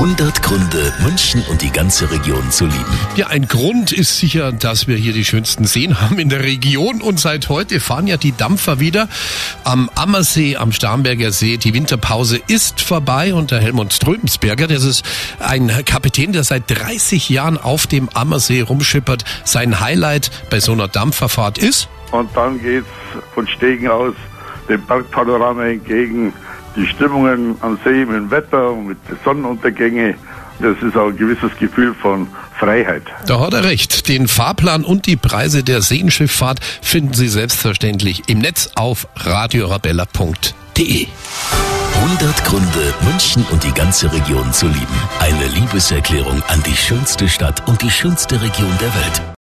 100 Gründe, München und die ganze Region zu lieben. Ja, ein Grund ist sicher, dass wir hier die schönsten Seen haben in der Region. Und seit heute fahren ja die Dampfer wieder am Ammersee, am Starnberger See. Die Winterpause ist vorbei und der Helmut Strömensberger, das ist ein Kapitän, der seit 30 Jahren auf dem Ammersee rumschippert. Sein Highlight bei so einer Dampferfahrt ist? Und dann geht's von Stegen aus dem Bergpanorama entgegen. Die Stimmungen am See mit dem Wetter, mit den Sonnenuntergänge, das ist auch ein gewisses Gefühl von Freiheit. Da hat er recht. Den Fahrplan und die Preise der Seenschifffahrt finden Sie selbstverständlich im Netz auf radioarabella.de. 100 Gründe, München und die ganze Region zu lieben. Eine Liebeserklärung an die schönste Stadt und die schönste Region der Welt.